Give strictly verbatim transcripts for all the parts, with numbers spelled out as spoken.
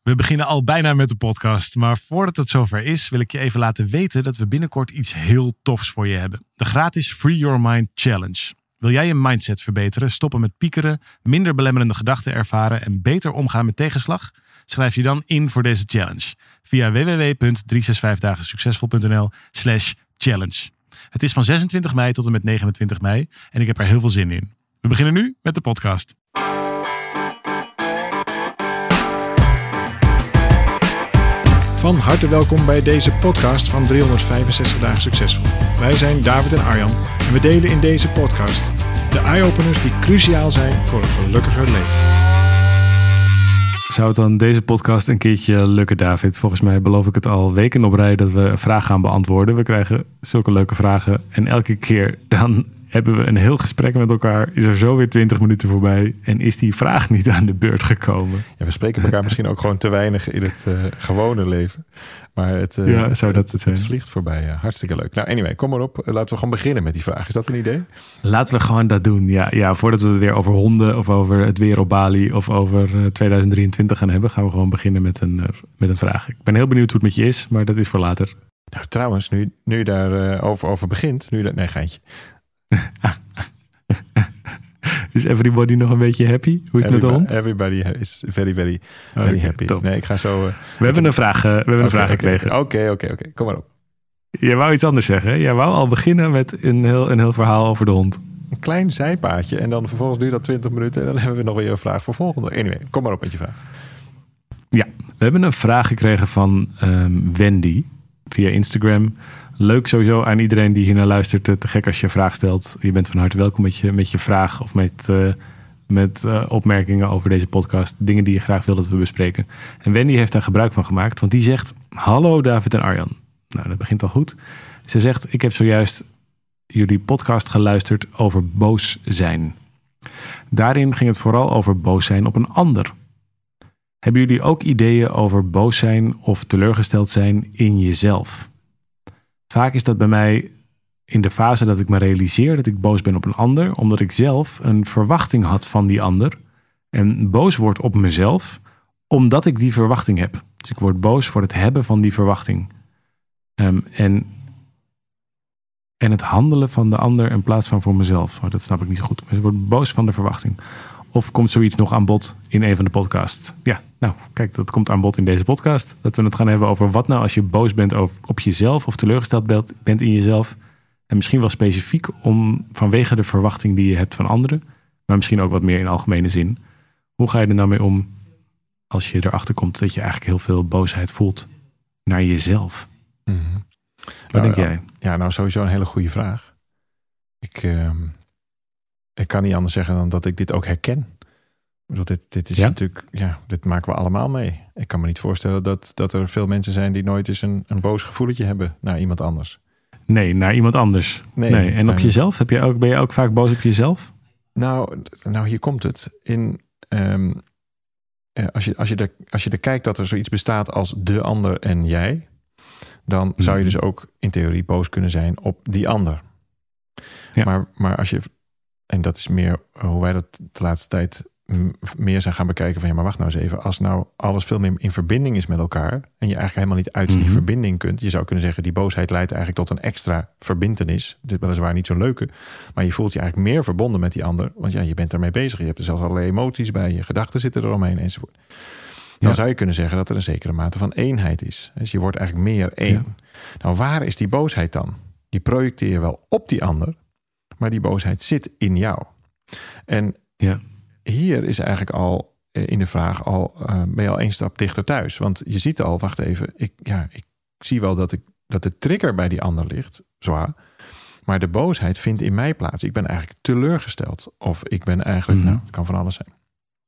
We beginnen al bijna met de podcast, maar voordat het zover is, wil ik je even laten weten dat we binnenkort iets heel tofs voor je hebben. De gratis Free Your Mind Challenge. Wil jij je mindset verbeteren, stoppen met piekeren, minder belemmerende gedachten ervaren en beter omgaan met tegenslag? Schrijf je dan in voor deze challenge via w w w punt driehonderdzesenzestig dagen succesvol punt n l slash challenge. Het is van zesentwintig mei tot en met negenentwintig mei en ik heb er heel veel zin in. We beginnen nu met de podcast. Van harte welkom bij deze podcast van driehonderdvijfenzestig dagen succesvol. Wij zijn David en Arjan en we delen in deze podcast de eye-openers die cruciaal zijn voor een gelukkiger leven. Zou het dan deze podcast een keertje lukken, David? Volgens mij beloof ik het al weken op rij dat we een vraag gaan beantwoorden. We krijgen zulke leuke vragen en elke keer dan hebben we een heel gesprek met elkaar. Is er zo weer twintig minuten voorbij en is die vraag niet aan de beurt gekomen. Ja, we spreken elkaar misschien ook gewoon te weinig in het uh, gewone leven. Maar het, uh, ja, zou dat het, het, zijn? het vliegt voorbij. Ja, hartstikke leuk. Nou, anyway, kom maar op. Laten we gewoon beginnen met die vraag. Is dat een idee? Laten we gewoon dat doen. Ja, ja, voordat we het weer over honden of over het weer op Bali of over uh, tweeduizend drieëntwintig gaan hebben, gaan we gewoon beginnen met een, uh, met een vraag. Ik ben heel benieuwd hoe het met je is, maar dat is voor later. Nou, trouwens, nu, nu je daar uh, over, over begint, nu je dat, nee, geintje. Is everybody nog een beetje happy? Hoe is het met de hond? Everybody is very, very, very okay, happy. Top. Nee, ik ga zo... Uh, we hebben een vraag, uh, we hebben okay, een vraag okay, gekregen. Oké, oké, oké. Kom maar op. Jij wou iets anders zeggen, hè? Jij wou al beginnen met een heel, een heel verhaal over de hond. Een klein zijpaadje en dan vervolgens duurt dat twintig minuten en dan hebben we nog weer een vraag voor volgende. Anyway, kom maar op met je vraag. Ja, we hebben een vraag gekregen van um, Wendy via Instagram. Leuk sowieso aan iedereen die hier naar luistert. Te gek als je een vraag stelt. Je bent van harte welkom met je, met je vraag of met, uh, met uh, opmerkingen over deze podcast. Dingen die je graag wil dat we bespreken. En Wendy heeft daar gebruik van gemaakt. Want die zegt, hallo David en Arjan. Nou, dat begint al goed. Ze zegt, ik heb zojuist jullie podcast geluisterd over boos zijn. Daarin ging het vooral over boos zijn op een ander. Hebben jullie ook ideeën over boos zijn of teleurgesteld zijn in jezelf? Vaak is dat bij mij in de fase dat ik me realiseer dat ik boos ben op een ander, omdat ik zelf een verwachting had van die ander en boos word op mezelf, omdat ik die verwachting heb. Dus ik word boos voor het hebben van die verwachting. Um, en, en het handelen van de ander in plaats van voor mezelf. Oh, dat snap ik niet zo goed. Maar ik word boos van de verwachting. Of komt zoiets nog aan bod in een van de podcasts? Ja, nou, kijk, dat komt aan bod in deze podcast. Dat we het gaan hebben over wat nou als je boos bent over, op jezelf of teleurgesteld bent in jezelf. En misschien wel specifiek om vanwege de verwachting die je hebt van anderen. Maar misschien ook wat meer in algemene zin. Hoe ga je er nou mee om als je erachter komt dat je eigenlijk heel veel boosheid voelt naar jezelf? Mm-hmm. Wat nou, denk ja, jij? Ja, nou sowieso een hele goede vraag. Ik... Uh... Ik kan niet anders zeggen dan dat ik dit ook herken. Dit, dit is ja? natuurlijk, ja, dit maken we allemaal mee. Ik kan me niet voorstellen dat, dat er veel mensen zijn die nooit eens een, een boos gevoeletje hebben naar iemand anders. Nee, naar iemand anders. Nee. nee. En op nee. jezelf? Heb je ook, ben je ook vaak boos op jezelf? Nou, nou hier komt het. In, um, als, je, als, je er, als je er kijkt dat er zoiets bestaat als de ander en jij, dan mm-hmm. zou je dus ook in theorie boos kunnen zijn op die ander. Ja. Maar, maar als je... En dat is meer hoe wij dat de laatste tijd meer zijn gaan bekijken. Van ja, maar wacht nou eens even. Als nou alles veel meer in verbinding is met elkaar. En je eigenlijk helemaal niet uit mm-hmm. die verbinding kunt. Je zou kunnen zeggen, die boosheid leidt eigenlijk tot een extra verbintenis. Dit is weliswaar niet zo'n leuke. Maar je voelt je eigenlijk meer verbonden met die ander. Want ja, je bent ermee bezig. Je hebt er zelfs allerlei emoties bij. Je gedachten zitten er omheen enzovoort. Dan ja. zou je kunnen zeggen dat er een zekere mate van eenheid is. Dus je wordt eigenlijk meer één. Ja. Nou, waar is die boosheid dan? Die projecteer je wel op die ander. Maar die boosheid zit in jou. En ja. hier is eigenlijk al in de vraag al uh, ben je al één stap dichter thuis. Want je ziet al, wacht even, ik, ja, ik zie wel dat, ik, dat de trigger bij die ander ligt, zwaar. Maar de boosheid vindt in mij plaats. Ik ben eigenlijk teleurgesteld. Of ik ben eigenlijk, mm-hmm. nou, het kan van alles zijn.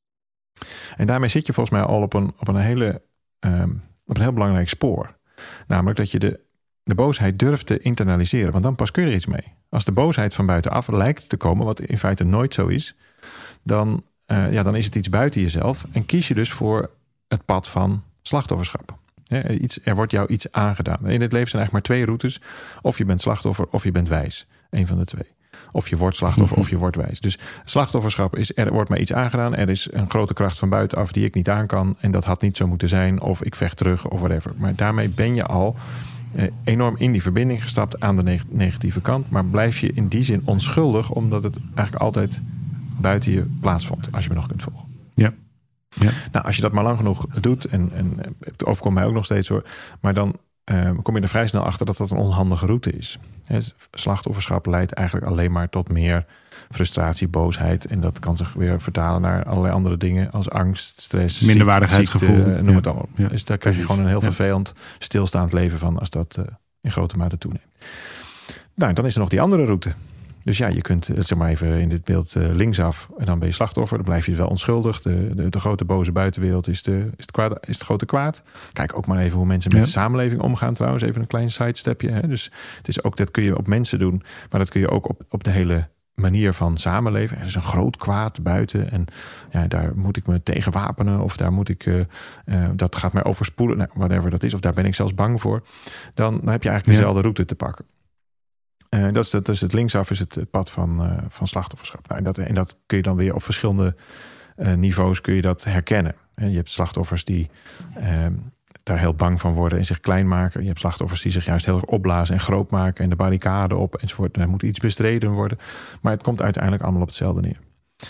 En daarmee zit je volgens mij al op een, op een, hele, um, op een heel belangrijk spoor. Namelijk dat je de, de boosheid durft te internaliseren. Want dan pas kun je er iets mee. Als de boosheid van buitenaf lijkt te komen, wat in feite nooit zo is, dan, uh, ja, dan is het iets buiten jezelf. En kies je dus voor het pad van slachtofferschap. Ja, iets, er wordt jou iets aangedaan. In het leven zijn eigenlijk maar twee routes. Of je bent slachtoffer of je bent wijs. Eén van de twee. Of je wordt slachtoffer of je wordt wijs. Dus slachtofferschap is, er wordt mij iets aangedaan. Er is een grote kracht van buitenaf die ik niet aan kan. En dat had niet zo moeten zijn. Of ik vecht terug of whatever. Maar daarmee ben je al eh, enorm in die verbinding gestapt aan de neg- negatieve kant. Maar blijf je in die zin onschuldig. Omdat het eigenlijk altijd buiten je plaatsvond. Als je me nog kunt volgen. Ja. Ja. Nou, als je dat maar lang genoeg doet. En, en het overkomt mij ook nog steeds hoor. Maar dan uh, kom je er vrij snel achter dat dat een onhandige route is. He, slachtofferschap leidt eigenlijk alleen maar tot meer frustratie, boosheid. En dat kan zich weer vertalen naar allerlei andere dingen als angst, stress, minderwaardigheidsgevoel. Ziekte, noem ja. het allemaal. Ja. Dus daar krijg je gewoon een heel vervelend stilstaand leven van als dat uh, in grote mate toeneemt. Nou, dan is er nog die andere route. Dus ja, je kunt zeg maar even in dit beeld uh, linksaf en dan ben je slachtoffer. Dan blijf je wel onschuldig. De, de, de grote boze buitenwereld is, de, is, het kwaad, is het grote kwaad. Kijk ook maar even hoe mensen met ja. de samenleving omgaan trouwens. Even een klein sidestepje. Hè? Dus het is ook, dat kun je op mensen doen. Maar dat kun je ook op, op de hele manier van samenleven. Er is een groot kwaad buiten. En ja, daar moet ik me tegen wapenen. Of daar moet ik, uh, uh, dat gaat mij overspoelen. Nou, whatever dat is. Of daar ben ik zelfs bang voor. Dan, dan heb je eigenlijk dezelfde ja. route te pakken. Uh, dat, is, dat is het linksaf is het, het pad van, uh, van slachtofferschap. Nou, en, dat, en dat kun je dan weer op verschillende uh, niveaus kun je dat herkennen. En je hebt slachtoffers die uh, daar heel bang van worden en zich klein maken. Je hebt slachtoffers die zich juist heel erg opblazen en groot maken en de barricade op enzovoort. Er moet iets bestreden worden. Maar het komt uiteindelijk allemaal op hetzelfde neer.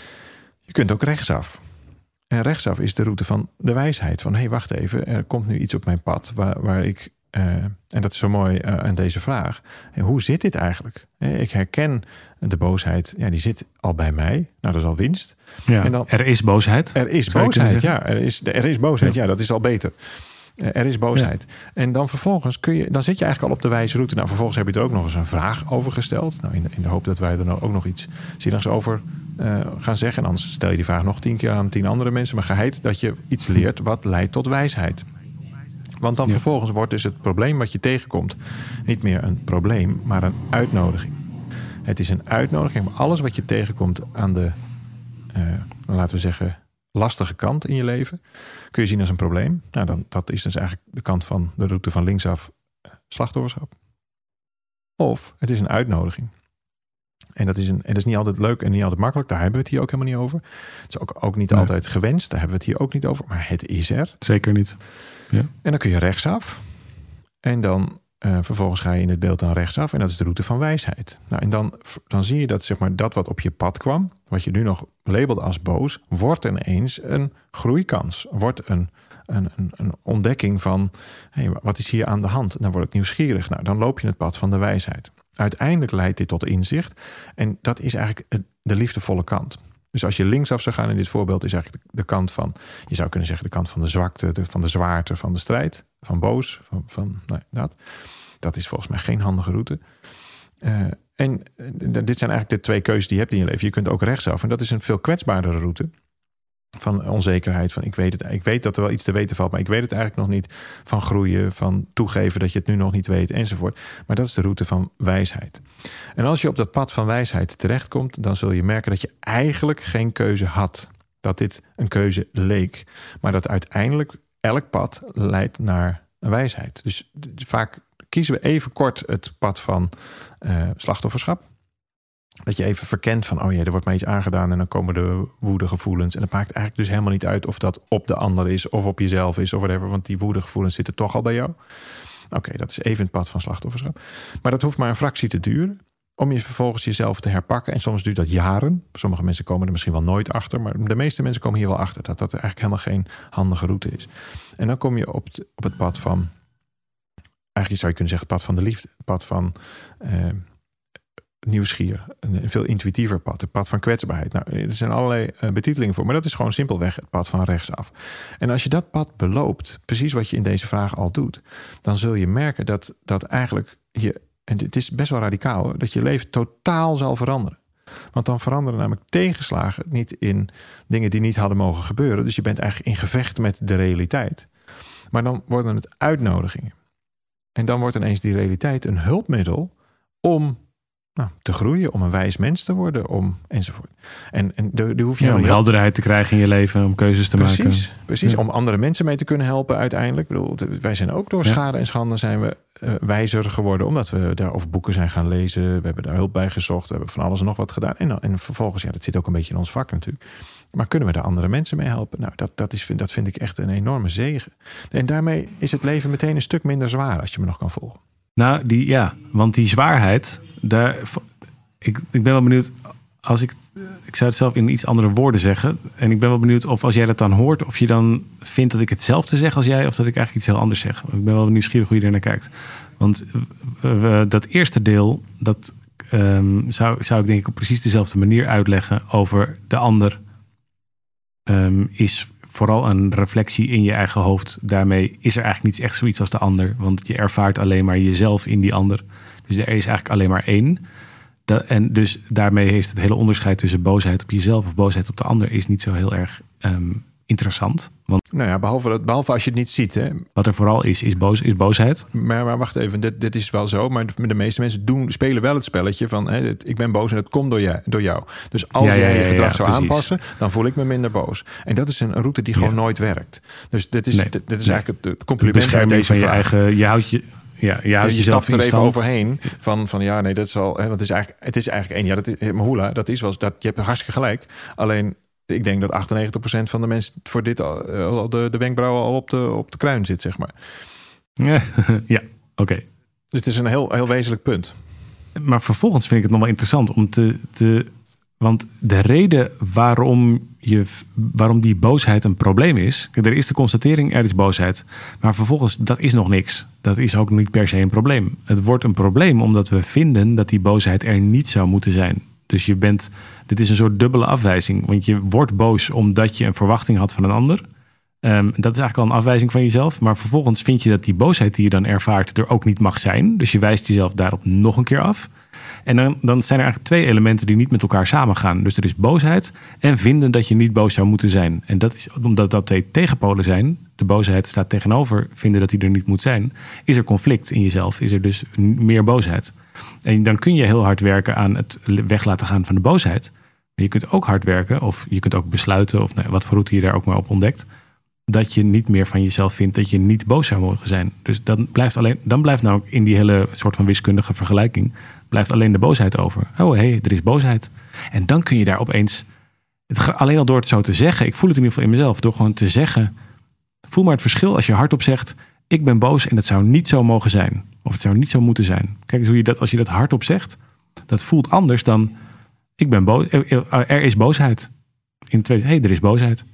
Je kunt ook rechtsaf. En rechtsaf is de route van de wijsheid. Van hé, hey, wacht even, er komt nu iets op mijn pad waar, waar ik... Uh, en dat is zo mooi uh, aan deze vraag. En hoe zit dit eigenlijk? Uh, ik herken de boosheid. Ja, die zit al bij mij. Nou, dat is al winst. Ja, en dan, er is boosheid. Er is boosheid, ja. Er is, er is boosheid, ja. ja. Dat is al beter. Uh, er is boosheid. Ja. En dan vervolgens kun je... Dan zit je eigenlijk al op de wijze route. Nou, vervolgens heb je er ook nog eens een vraag over gesteld. Nou, in de, in de hoop dat wij er nou ook nog iets zinnigs over uh, gaan zeggen. En anders stel je die vraag nog tien keer aan tien andere mensen. Maar geheid dat je iets leert wat leidt tot wijsheid. Want dan ja. vervolgens wordt dus het probleem wat je tegenkomt niet meer een probleem, maar een uitnodiging. Het is een uitnodiging, maar alles wat je tegenkomt aan de, uh, laten we zeggen, lastige kant in je leven, kun je zien als een probleem. Nou, dan, dat is dus eigenlijk de kant van de route van linksaf slachtofferschap. Of het is een uitnodiging. En dat is, een, en dat is niet altijd leuk en niet altijd makkelijk. Daar hebben we het hier ook helemaal niet over. Het is ook, ook niet nee. altijd gewenst. Daar hebben we het hier ook niet over. Maar het is er. Zeker niet. Ja. En dan kun je rechtsaf. En dan uh, vervolgens ga je in het beeld dan rechtsaf. En dat is de route van wijsheid. Nou, en dan, dan zie je dat zeg maar, dat wat op je pad kwam, wat je nu nog labelde als boos, wordt ineens een groeikans. Wordt een, een, een, een ontdekking van, hey, wat is hier aan de hand? Dan word ik nieuwsgierig. Nou, dan loop je het pad van de wijsheid. Uiteindelijk leidt dit tot inzicht. En dat is eigenlijk de liefdevolle kant. Dus als je linksaf zou gaan in dit voorbeeld, is eigenlijk de kant van, je zou kunnen zeggen, de kant van de zwakte, de, van de zwaarte, van de strijd, van boos, van, van nou, dat. Dat is volgens mij geen handige route. Uh, en uh, dit zijn eigenlijk de twee keuzes die je hebt in je leven. Je kunt ook rechtsaf. En dat is een veel kwetsbaardere route. Van onzekerheid, van ik weet het, ik weet dat er wel iets te weten valt, maar ik weet het eigenlijk nog niet. Van groeien, van toegeven dat je het nu nog niet weet, enzovoort. Maar dat is de route van wijsheid. En als je op dat pad van wijsheid terechtkomt, dan zul je merken dat je eigenlijk geen keuze had. Dat dit een keuze leek, maar dat uiteindelijk elk pad leidt naar een wijsheid. Dus vaak kiezen we even kort het pad van uh, slachtofferschap. Dat je even verkent van, oh ja, er wordt mij iets aangedaan en dan komen de woedegevoelens. En dat maakt eigenlijk dus helemaal niet uit of dat op de ander is of op jezelf is of whatever. Want die woedegevoelens zitten toch al bij jou. Oké, okay, dat is even het pad van slachtofferschap. Maar dat hoeft maar een fractie te duren om je vervolgens jezelf te herpakken. En soms duurt dat jaren. Sommige mensen komen er misschien wel nooit achter. Maar de meeste mensen komen hier wel achter dat dat eigenlijk helemaal geen handige route is. En dan kom je op het, op het pad van, eigenlijk zou je kunnen zeggen het pad van de liefde. Het pad van Uh, nieuwsgier, een veel intuïtiever pad, het pad van kwetsbaarheid. Nou, er zijn allerlei uh, betitelingen voor, maar dat is gewoon simpelweg het pad van rechtsaf. En als je dat pad beloopt, precies wat je in deze vraag al doet, dan zul je merken dat, dat eigenlijk je, en het is best wel radicaal, hoor, dat je leven totaal zal veranderen. Want dan veranderen namelijk tegenslagen niet in dingen die niet hadden mogen gebeuren. Dus je bent eigenlijk in gevecht met de realiteit. Maar dan worden het uitnodigingen. En dan wordt ineens die realiteit een hulpmiddel om Nou, te groeien, om een wijs mens te worden, om enzovoort. En, en de, de hoef je ja, om helderheid te krijgen in je leven, om keuzes te precies, maken. Precies, ja. om andere mensen mee te kunnen helpen uiteindelijk. Ik bedoel, wij zijn ook door schade en schande zijn we uh, wijzer geworden. Omdat we daarover boeken zijn gaan lezen. We hebben daar hulp bij gezocht. We hebben van alles en nog wat gedaan. En, en vervolgens, ja, dat zit ook een beetje in ons vak natuurlijk. Maar kunnen we daar andere mensen mee helpen? Nou, dat, dat, is, dat vind ik echt een enorme zegen. En daarmee is het leven meteen een stuk minder zwaar als je me nog kan volgen. Nou, die, ja, want die zwaarheid, daar, ik, ik ben wel benieuwd, als ik, ik zou het zelf in iets andere woorden zeggen. En ik ben wel benieuwd of als jij dat dan hoort, of je dan vindt dat ik hetzelfde zeg als jij, of dat ik eigenlijk iets heel anders zeg. Ik ben wel nieuwsgierig hoe je er naar kijkt. Want uh, dat eerste deel, dat um, zou, zou ik denk ik op precies dezelfde manier uitleggen over de ander. Um, is vooral een reflectie in je eigen hoofd. Daarmee is er eigenlijk niet echt zoiets als de ander. Want je ervaart alleen maar jezelf in die ander. Dus er is eigenlijk alleen maar één. Dat, en dus daarmee heeft het hele onderscheid tussen boosheid op jezelf of boosheid op de ander is niet zo heel erg um, interessant. Want nou ja, behalve, dat, behalve als je het niet ziet. Hè. Wat er vooral is, is, boos, is boosheid. Maar, maar wacht even, dit, dit is wel zo. Maar de meeste mensen doen, spelen wel het spelletje van hè, ik ben boos en het komt door, jij, door jou. Dus als ja, ja, jij je ja, gedrag ja, zou precies. aanpassen, dan voel ik me minder boos. En dat is een route die gewoon ja. nooit werkt. Dus dit is, nee, dit, dit is nee. eigenlijk het compliment uit deze van je vraag. eigen. Je houdt je. Ja, je, houdt je jezelf stapt er in even stand. overheen van, van ja, nee, dat is al. Hè, want het is eigenlijk, het is eigenlijk één. Ja, dat is Mahula, dat is wel. Dat, je hebt hartstikke gelijk. Alleen, ik denk dat achtennegentig procent van de mensen voor dit al de, de wenkbrauwen al op de, op de kruin zit, zeg maar. Ja, ja oké. Okay. Dus het is een heel, heel wezenlijk punt. Maar vervolgens vind ik het nog wel interessant om te, te want de reden waarom, je, waarom die boosheid een probleem is. Er is de constatering, er is boosheid. Maar vervolgens, dat is nog niks. Dat is ook niet per se een probleem. Het wordt een probleem omdat we vinden dat die boosheid er niet zou moeten zijn. Dus je bent, dit is een soort dubbele afwijzing. Want je wordt boos omdat je een verwachting had van een ander. Um, dat is eigenlijk al een afwijzing van jezelf. Maar vervolgens vind je dat die boosheid die je dan ervaart er ook niet mag zijn. Dus je wijst jezelf daarop nog een keer af. En dan, dan zijn er eigenlijk twee elementen die niet met elkaar samengaan. Dus er is boosheid en vinden dat je niet boos zou moeten zijn. En dat is omdat dat twee tegenpolen zijn. De boosheid staat tegenover vinden dat hij er niet moet zijn. Is er conflict in jezelf? Is er dus meer boosheid? En dan kun je heel hard werken aan het weg laten gaan van de boosheid. Maar je kunt ook hard werken of je kunt ook besluiten of nou, wat voor route je daar ook maar op ontdekt. Dat je niet meer van jezelf vindt dat je niet boos zou mogen zijn. Dus dan blijft, alleen, dan blijft nou in die hele soort van wiskundige vergelijking blijft alleen de boosheid over. Oh, hé, hey, er is boosheid. En dan kun je daar opeens, het, alleen al door het zo te zeggen, ik voel het in ieder geval in mezelf, door gewoon te zeggen, voel maar het verschil als je hardop zegt, ik ben boos en het zou niet zo mogen zijn. Of het zou niet zo moeten zijn. Kijk eens hoe je dat, als je dat hardop zegt, dat voelt anders dan, ik ben boos, er is boosheid. In het tweede, hé, hey, er is boosheid.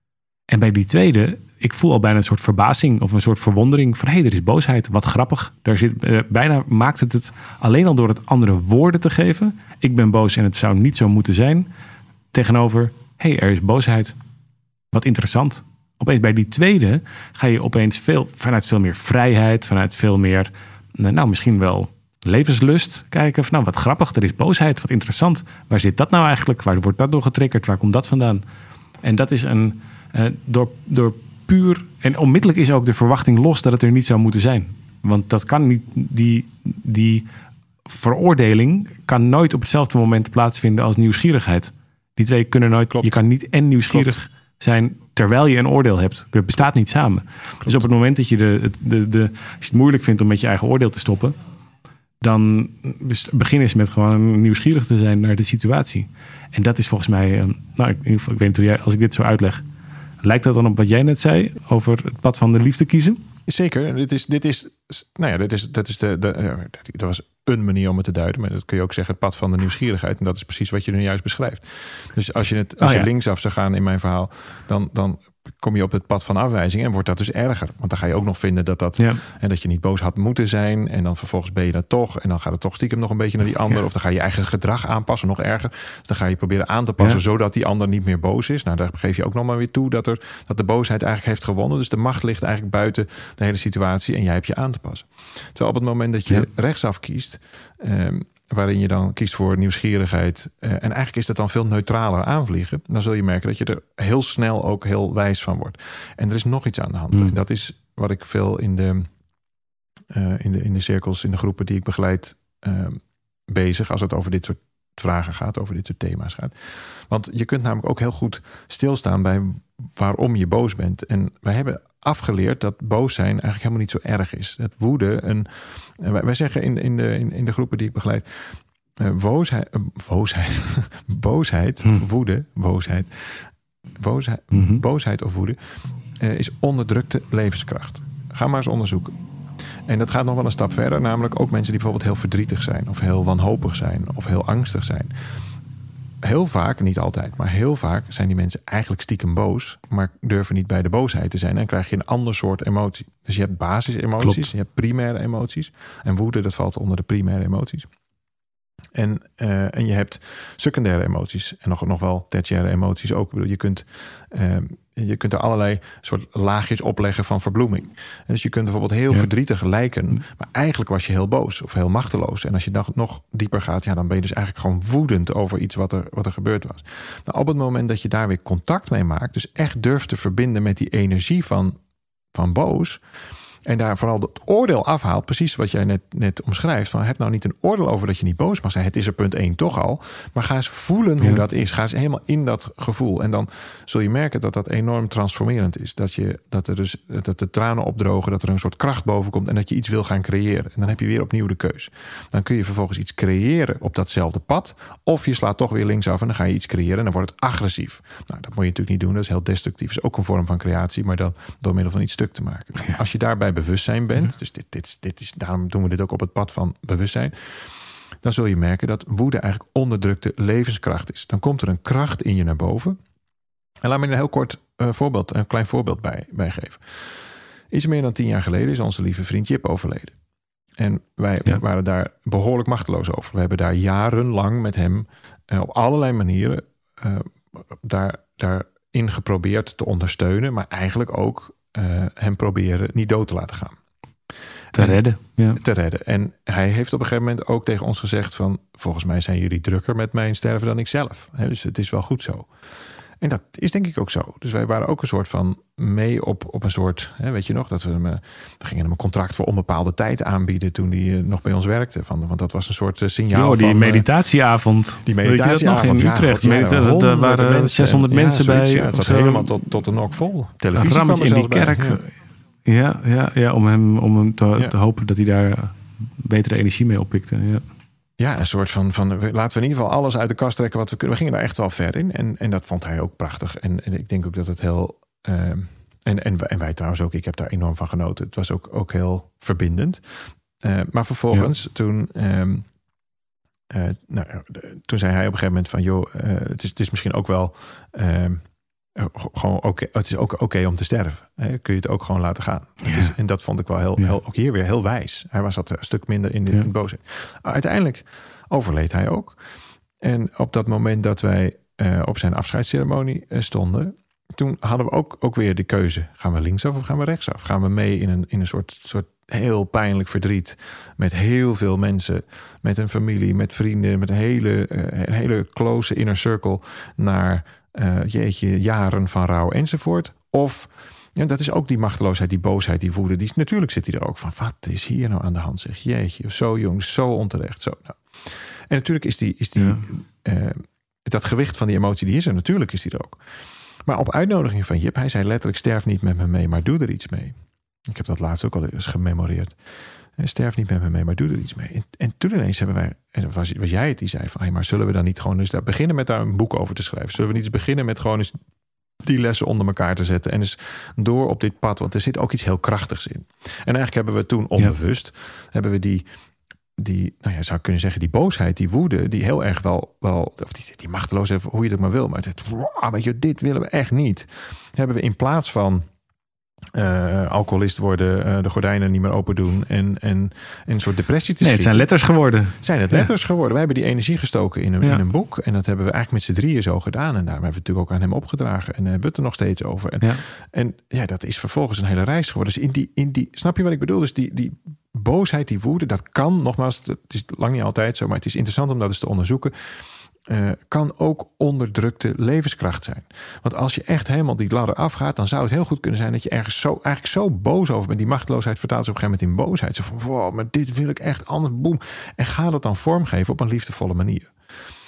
En bij die tweede, ik voel al bijna een soort verbazing of een soort verwondering van hé, hey, er is boosheid, wat grappig. Daar zit, uh, bijna maakt het het alleen al door het andere woorden te geven. Ik ben boos en het zou niet zo moeten zijn. Tegenover, hé, hey, er is boosheid. Wat interessant. Opeens bij die tweede ga je opeens veel, vanuit veel meer vrijheid, vanuit veel meer, nou misschien wel levenslust kijken. Van, nou, wat grappig, er is boosheid, wat interessant. Waar zit dat nou eigenlijk? Waar wordt dat door getriggerd? Waar komt dat vandaan? En dat is een... Uh, door, door puur... En onmiddellijk is ook de verwachting los dat het er niet zou moeten zijn. Want dat kan niet... Die, die veroordeling kan nooit op hetzelfde moment plaatsvinden als nieuwsgierigheid. Die twee kunnen nooit... Klopt. Je kan niet en nieuwsgierig Klopt. zijn terwijl je een oordeel hebt. Het bestaat niet samen. Klopt. Dus op het moment dat je, de, de, de, als je het moeilijk vindt om met je eigen oordeel te stoppen, dan begin eens met gewoon nieuwsgierig te zijn naar de situatie. En dat is volgens mij... Uh, nou, ik, ik weet niet hoe jij... Als ik dit zo uitleg... Lijkt dat dan op wat jij net zei over het pad van de liefde kiezen? Zeker. Dit is, dit is, nou ja, dit is, dat is de, de, dat was een manier om het te duiden, maar dat kun je ook zeggen het pad van de nieuwsgierigheid. En dat is precies wat je nu juist beschrijft. Dus als je het, als oh, ja. je linksaf zou gaan in mijn verhaal, dan, dan kom je op het pad van afwijzing en wordt dat dus erger. Want dan ga je ook nog vinden dat dat, ja. en dat je niet boos had moeten zijn. En dan vervolgens ben je dat toch. En dan gaat het toch stiekem nog een beetje naar die ander. Ja. Of dan ga je je eigen gedrag aanpassen, nog erger. Dus dan ga je proberen aan te passen, ja. zodat die ander niet meer boos is. Nou, daar geef je ook nog maar weer toe dat, er, dat de boosheid eigenlijk heeft gewonnen. Dus de macht ligt eigenlijk buiten de hele situatie en jij hebt je aan te passen. Terwijl op het moment dat je ja. rechtsaf kiest, Um, waarin je dan kiest voor nieuwsgierigheid. Uh, en eigenlijk is dat dan veel neutraler aanvliegen. Dan zul je merken dat je er heel snel ook heel wijs van wordt. En er is nog iets aan de hand. Mm. En dat is wat ik veel in de, uh, in de, in de cirkels, in de groepen die ik begeleid, uh, bezig. Als het over dit soort vragen gaat, over dit soort thema's gaat. Want je kunt namelijk ook heel goed stilstaan bij waarom je boos bent. En wij hebben afgeleerd dat boos zijn eigenlijk helemaal niet zo erg is. Het woede, een, wij zeggen in, in, de, in, in de groepen die ik begeleid, uh, woosheid, uh, woosheid, boosheid, hm. woede, boosheid, boosheid, mm-hmm. boosheid of woede uh, is onderdrukte levenskracht. Ga maar eens onderzoeken. En dat gaat nog wel een stap verder, namelijk ook mensen die bijvoorbeeld heel verdrietig zijn, of heel wanhopig zijn, of heel angstig zijn. Heel vaak, niet altijd, maar heel vaak zijn die mensen eigenlijk stiekem boos, maar durven niet bij de boosheid te zijn en krijg je een ander soort emotie. Dus je hebt basisemoties, Klopt. je hebt primaire emoties. En woede, dat valt onder de primaire emoties. En, uh, en je hebt secundaire emoties en nog, nog wel tertiaire emoties ook. Ik bedoel, je kunt, uh, je kunt er allerlei soort laagjes opleggen van verbloeming. En dus je kunt bijvoorbeeld heel ja. verdrietig lijken, maar eigenlijk was je heel boos of heel machteloos. En als je nog, nog dieper gaat, ja, dan ben je dus eigenlijk gewoon woedend over iets wat er, wat er gebeurd was. Nou, op het moment dat je daar weer contact mee maakt, dus echt durft te verbinden met die energie van, van boos, en daar vooral het oordeel afhaalt, precies wat jij net, net omschrijft. Van, heb nou niet een oordeel over dat je niet boos mag zijn. Het is er punt één toch al. Maar ga eens voelen hoe ja. dat is. Ga eens helemaal in dat gevoel. En dan zul je merken dat dat enorm transformerend is. Dat, je, dat, er dus, dat de tranen opdrogen, dat er een soort kracht boven komt en dat je iets wil gaan creëren. En dan heb je weer opnieuw de keus. Dan kun je vervolgens iets creëren op datzelfde pad. Of je slaat toch weer linksaf en dan ga je iets creëren en dan wordt het agressief. Nou, dat moet je natuurlijk niet doen. Dat is heel destructief. Dat is ook een vorm van creatie, maar dan door middel van iets stuk te maken. Ja. Als je daarbij bewustzijn bent, ja. dus dit, dit, dit is, daarom doen we dit ook op het pad van bewustzijn, dan zul je merken dat woede eigenlijk onderdrukte levenskracht is. Dan komt er een kracht in je naar boven. En laat me een heel kort uh, voorbeeld, een klein voorbeeld bij, bij geven. Iets meer dan tien jaar geleden is onze lieve vriend Jip overleden. En wij ja. waren daar behoorlijk machteloos over. We hebben daar jarenlang met hem uh, op allerlei manieren uh, daar, daarin geprobeerd te ondersteunen, maar eigenlijk ook Uh, hem proberen niet dood te laten gaan. Te en, redden. Ja. Te redden. En hij heeft op een gegeven moment ook tegen ons gezegd van, volgens mij zijn jullie drukker met mijn sterven dan ik zelf. He, dus het is wel goed zo. En dat is denk ik ook zo. Dus wij waren ook een soort van mee op, op een soort, hè, weet je nog, dat we hem, we gingen hem een contract voor onbepaalde tijd aanbieden toen hij uh, nog bij ons werkte. Van, want dat was een soort uh, signaal jo, die van... meditatieavond. Die meditatievond nog in Utrecht. Ja, ja, ja, er waren mensen, zeshonderd ja, mensen bij. Ja, het zat helemaal tot, tot de nok vol. Televisie een rammetje in die kerk. Bij, ja. Ja, ja, ja, om hem, om hem te, ja. te hopen dat hij daar betere energie mee oppikte. Ja. Ja, een soort van, van laten we in ieder geval alles uit de kast trekken wat we kunnen. We gingen daar echt wel ver in. En, en dat vond hij ook prachtig. En, en ik denk ook dat het heel... Uh, en, en, en wij trouwens ook, ik heb daar enorm van genoten. Het was ook, ook heel verbindend. Uh, maar vervolgens, ja. toen... Um, uh, nou, toen zei hij op een gegeven moment van... joh, uh, het, is, het is misschien ook wel... Uh, gewoon oké, okay, het is ook oké okay om te sterven. Hè? Kun je het ook gewoon laten gaan. Ja. Het is, en dat vond ik wel heel, ja. heel, ook hier weer heel wijs. Hij was dat een stuk minder in de, ja. in de boosheid. Uiteindelijk overleed hij ook. En op dat moment dat wij uh, op zijn afscheidsceremonie uh, stonden, toen hadden we ook, ook weer de keuze. Gaan we linksaf of gaan we rechtsaf? Gaan we mee in een, in een soort, soort heel pijnlijk verdriet met heel veel mensen, met een familie, met vrienden, met een hele, uh, een hele close inner circle naar Uh, jeetje, jaren van rouw enzovoort. Of, ja, dat is ook die machteloosheid, die boosheid, die woede. Die, natuurlijk zit hij er ook van, wat is hier nou aan de hand? Zeg, jeetje, zo jong, zo onterecht. Zo, nou. En natuurlijk is die, is die ja. uh, dat gewicht van die emotie, die is er. Natuurlijk is die er ook. Maar op uitnodiging van Jip, hij zei letterlijk, sterf niet met me mee, maar doe er iets mee. Ik heb dat laatst ook al eens gememoreerd. Sterf niet met me mee, maar doe er iets mee. En, en toen ineens hebben wij, en dat was, was jij het die zei van, hey, maar zullen we dan niet gewoon eens daar beginnen met daar een boek over te schrijven? Zullen we niet eens beginnen met gewoon eens die lessen onder elkaar te zetten en eens door op dit pad, want er zit ook iets heel krachtigs in. En eigenlijk hebben we toen onbewust, ja. hebben we die, die, nou ja, zou ik kunnen zeggen, die boosheid, die woede, die heel erg wel, wel of die, die machteloos, hoe je het maar wil, maar het, wow, weet je, dit willen we echt niet. Hebben we in plaats van Uh, alcoholist worden, uh, de gordijnen niet meer open doen en, en, en een soort depressie te nee, het zijn letters geworden. Zijn het letters ja. geworden. We hebben die energie gestoken in een, ja. in een boek en dat hebben we eigenlijk met z'n drieën zo gedaan en daarom hebben we natuurlijk ook aan hem opgedragen en hebben we het er nog steeds over. En ja, en, ja dat is vervolgens een hele reis geworden. Dus in die, in die, snap je wat ik bedoel? Dus die, die boosheid, die woede, dat kan, nogmaals, het is lang niet altijd zo, maar het is interessant om dat eens te onderzoeken. Uh, kan ook onderdrukte levenskracht zijn. Want als je echt helemaal die ladder afgaat, dan zou het heel goed kunnen zijn dat je ergens zo, eigenlijk zo boos over bent. Die machteloosheid vertaalt zich op een gegeven moment in boosheid. Zo van, wow, maar dit wil ik echt anders, boem. En ga dat dan vormgeven op een liefdevolle manier.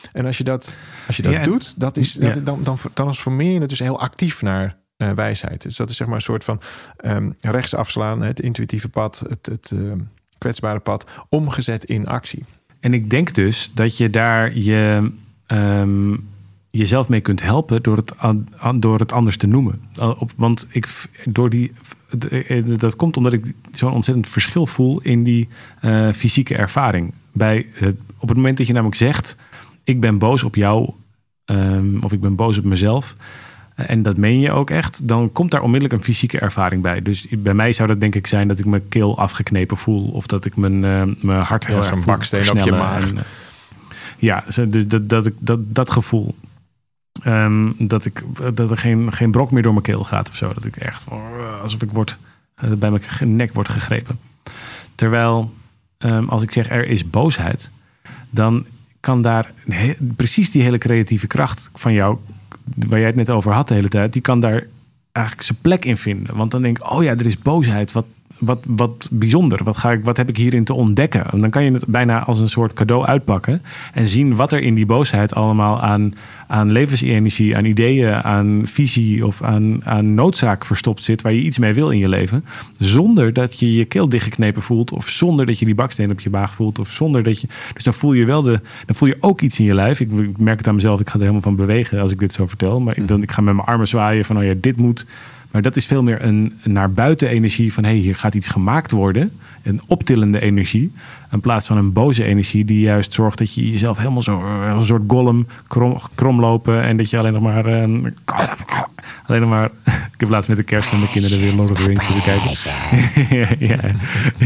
En als je dat, als je dat ja, doet, dat is, dat, ja. dan, dan, dan formeer je het dus heel actief naar uh, wijsheid. Dus dat is zeg maar een soort van um, rechts afslaan, het intuïtieve pad, het, het uh, kwetsbare pad, omgezet in actie. En ik denk dus dat je daar je... Um, jezelf mee kunt helpen door het, door het anders te noemen. Want ik, door die, dat komt omdat ik zo'n ontzettend verschil voel in die uh, fysieke ervaring. Bij het, op het moment dat je namelijk zegt, ik ben boos op jou, um, of ik ben boos op mezelf, en dat meen je ook echt, dan komt daar onmiddellijk een fysieke ervaring bij. Dus bij mij zou dat denk ik zijn dat ik mijn keel afgeknepen voel, of dat ik mijn, uh, mijn hart heel ja, erg zo'n baksteen op je maag. En, uh, ja, dat, dat, dat, dat, dat gevoel. Um, dat, ik, dat er geen, geen brok meer door mijn keel gaat of zo. Dat ik echt uh, alsof ik word, uh, bij mijn nek word gegrepen. Terwijl um, als ik zeg er is boosheid, dan kan daar he, precies die hele creatieve kracht van jou, waar jij het net over had de hele tijd, die kan daar eigenlijk zijn plek in vinden. Want dan denk ik, oh ja, er is boosheid. Wat, wat, wat bijzonder. Wat, ga ik, wat heb ik hierin te ontdekken? En dan kan je het bijna als een soort cadeau uitpakken en zien wat er in die boosheid allemaal aan, aan levensenergie, aan ideeën, aan visie of aan, aan noodzaak verstopt zit, waar je iets mee wil in je leven. Zonder dat je je keel dichtgeknepen voelt, of zonder dat je die baksteen op je maag voelt, of zonder dat je... Dus dan voel je wel de... Dan voel je ook iets in je lijf. Ik, ik merk het aan mezelf, ik ga er helemaal van bewegen als ik dit zo vertel. Maar ik, dan, ik ga met mijn armen zwaaien van, oh ja, dit moet... Maar dat is veel meer een naar buiten energie van, hé, hey, hier gaat iets gemaakt worden. Een optillende energie. In plaats van een boze energie die juist zorgt dat je jezelf helemaal zo, een soort golem krom, kromlopen. En dat je alleen nog maar... Uh, alleen nog maar... Ik heb laatst met de kerst met mijn kinderen weer Lord of the Rings zitten kijken. ja, ja.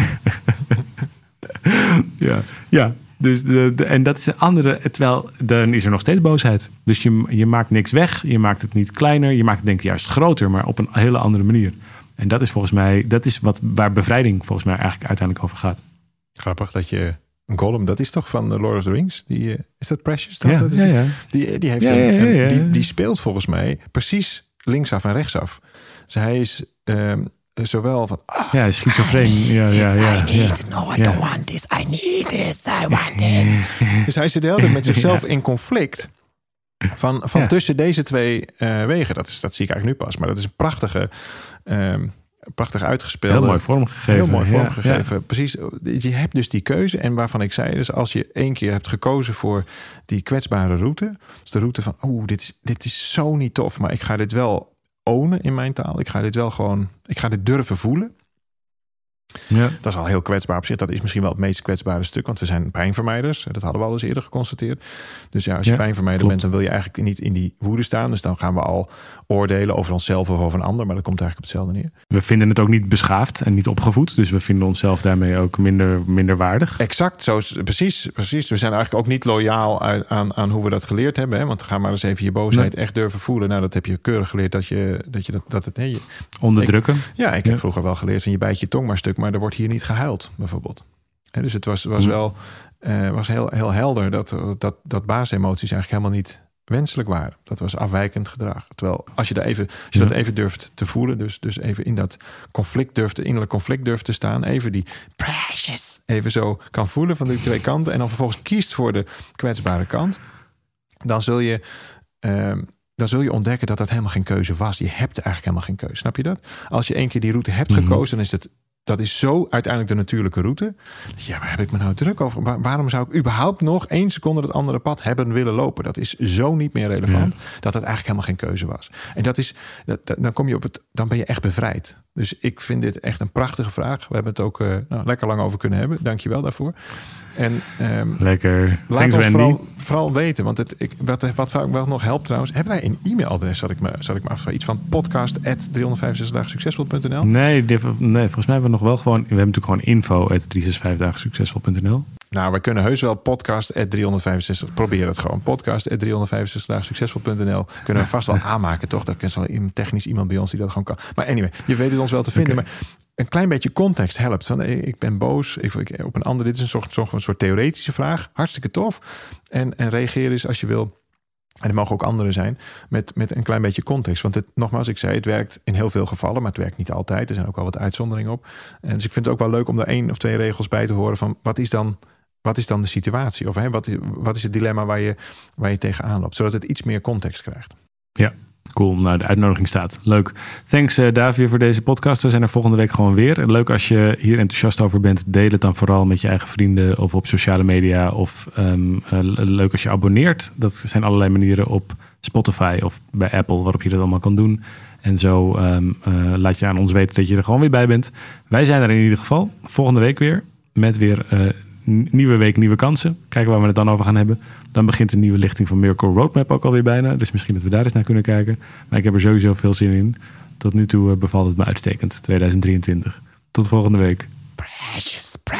ja, ja. Dus de, de, en dat is een andere, terwijl dan is er nog steeds boosheid. Dus je, je maakt niks weg, je maakt het niet kleiner, je maakt het denk ik juist groter, maar op een hele andere manier. En dat is volgens mij, dat is wat, waar bevrijding volgens mij eigenlijk uiteindelijk over gaat. Grappig dat je een Gollum, dat is toch van Lord of the Rings? Die, is dat Precious? Dan? Ja, dat is ja, die, ja. Die, die, heeft ja, een, ja, ja, ja. Die, die speelt volgens mij precies linksaf en rechtsaf. Dus hij is... Um, Zowel van... Oh, ja, schizofreen. Ja, ja, ja, I need ja. No, I ja. don't want this. I need this. I want it. Dus hij zit de hele tijd met zichzelf ja. in conflict. Van, van ja. tussen deze twee uh, wegen. Dat, is, dat zie ik eigenlijk nu pas. Maar dat is een prachtige... Um, prachtig uitgespeelde... Heel mooi vormgegeven. Heel mooi ja, vormgegeven. Ja. Precies. Je hebt dus die keuze. En waarvan ik zei, dus als je één keer hebt gekozen voor die kwetsbare route. Dus de route van, oeh, dit is, dit is zo niet tof. Maar ik ga dit wel ownen in mijn taal. Ik ga dit wel gewoon... Ik ga dit durven voelen. Ja. Dat is al heel kwetsbaar op zich. Dat is misschien wel het meest kwetsbare stuk. Want we zijn pijnvermijders. Dat hadden we al eens eerder geconstateerd. Dus ja, als je ja, pijnvermijder klopt. bent, dan wil je eigenlijk niet in die woede staan. Dus dan gaan we al oordelen over onszelf of over een ander. Maar dat komt eigenlijk op hetzelfde neer. We vinden het ook niet beschaafd en niet opgevoed. Dus we vinden onszelf daarmee ook minder, minder waardig. Exact, zo, precies, precies. We zijn eigenlijk ook niet loyaal aan, aan hoe we dat geleerd hebben. Hè? Want ga maar eens even je boosheid nee. echt durven voelen. Nou, dat heb je keurig geleerd dat je dat, je dat, dat het... Nee, je, onderdrukken. Ik, ja, ik heb ja. vroeger wel geleerd van je bijt je tong maar stuk. Maar er wordt hier niet gehuild, bijvoorbeeld. En dus het was, was wel uh, was heel, heel helder dat, dat, dat basisemoties eigenlijk helemaal niet wenselijk waren. Dat was afwijkend gedrag. Terwijl als je, daar even, als je ja. dat even durft te voelen, dus, dus even in dat conflict durft, innerlijk conflict durft te staan, even die precious even zo kan voelen van die twee kanten en dan vervolgens kiest voor de kwetsbare kant, dan zul je... Uh, dan zul je ontdekken dat dat helemaal geen keuze was. Je hebt eigenlijk helemaal geen keuze. Snap je dat? Als je één keer die route hebt gekozen, mm-hmm. dan is het... Dat is zo uiteindelijk de natuurlijke route. Ja, waar heb ik me nou druk over? Waar, waarom zou ik überhaupt nog één seconde het andere pad hebben willen lopen? Dat is zo niet meer relevant. Ja. Dat het eigenlijk helemaal geen keuze was. En dat is, dat, dat, dan kom je op het, dan ben je echt bevrijd. Dus ik vind dit echt een prachtige vraag. We hebben het ook uh, nou, lekker lang over kunnen hebben. Dank je wel daarvoor. En um, lekker. Laat Thanks, ons Randy. vooral, vooral weten. Want het, ik, wat, wat wel nog helpt trouwens. Hebben wij een e-mailadres? Zat ik me, zat ik me afvragen. Iets van podcast at driehonderdvijfenzestig dagen succesvol punt n l. Nee, nee, volgens mij hebben we nog wel gewoon... We hebben natuurlijk gewoon info at driehonderdzesenzestig dagen succesvol punt n l. Nou, we kunnen heus wel podcast at driehonderdvijfenzestig. Probeer het gewoon. Podcast at driehonderdvijfenzestig dagen succesvol punt n l. Kunnen we vast wel aanmaken, toch? Dat is wel technisch iemand bij ons die dat gewoon kan. Maar anyway, je weet het ons wel te vinden. Okay. Maar een klein beetje context helpt. Van, ik ben boos ik, ik, op een ander. Dit is een soort, een soort theoretische vraag. Hartstikke tof. En, en reageer eens als je wil. En er mogen ook anderen zijn. Met, met een klein beetje context. Want het, nogmaals, ik zei, het werkt in heel veel gevallen. Maar het werkt niet altijd. Er zijn ook wel wat uitzonderingen op. En dus ik vind het ook wel leuk om daar één of twee regels bij te horen. Van wat is dan wat is dan de situatie? Of hè, wat, is, wat is het dilemma waar je, waar je tegenaan loopt? Zodat het iets meer context krijgt. Ja, cool. Nou, de uitnodiging staat. Leuk. Thanks uh, Davie voor deze podcast. We zijn er volgende week gewoon weer. Leuk als je hier enthousiast over bent. Deel het dan vooral met je eigen vrienden of op sociale media. Of um, uh, leuk als je abonneert. Dat zijn allerlei manieren op Spotify of bij Apple waarop je dat allemaal kan doen. En zo um, uh, laat je aan ons weten dat je er gewoon weer bij bent. Wij zijn er in ieder geval volgende week weer met weer uh, nieuwe week, nieuwe kansen. Kijken waar we het dan over gaan hebben. Dan begint de nieuwe lichting van Miracle Roadmap ook alweer bijna. Dus misschien dat we daar eens naar kunnen kijken. Maar ik heb er sowieso veel zin in. Tot nu toe bevalt het me uitstekend. tweeduizend drieëntwintig. Tot volgende week. Precious, precious.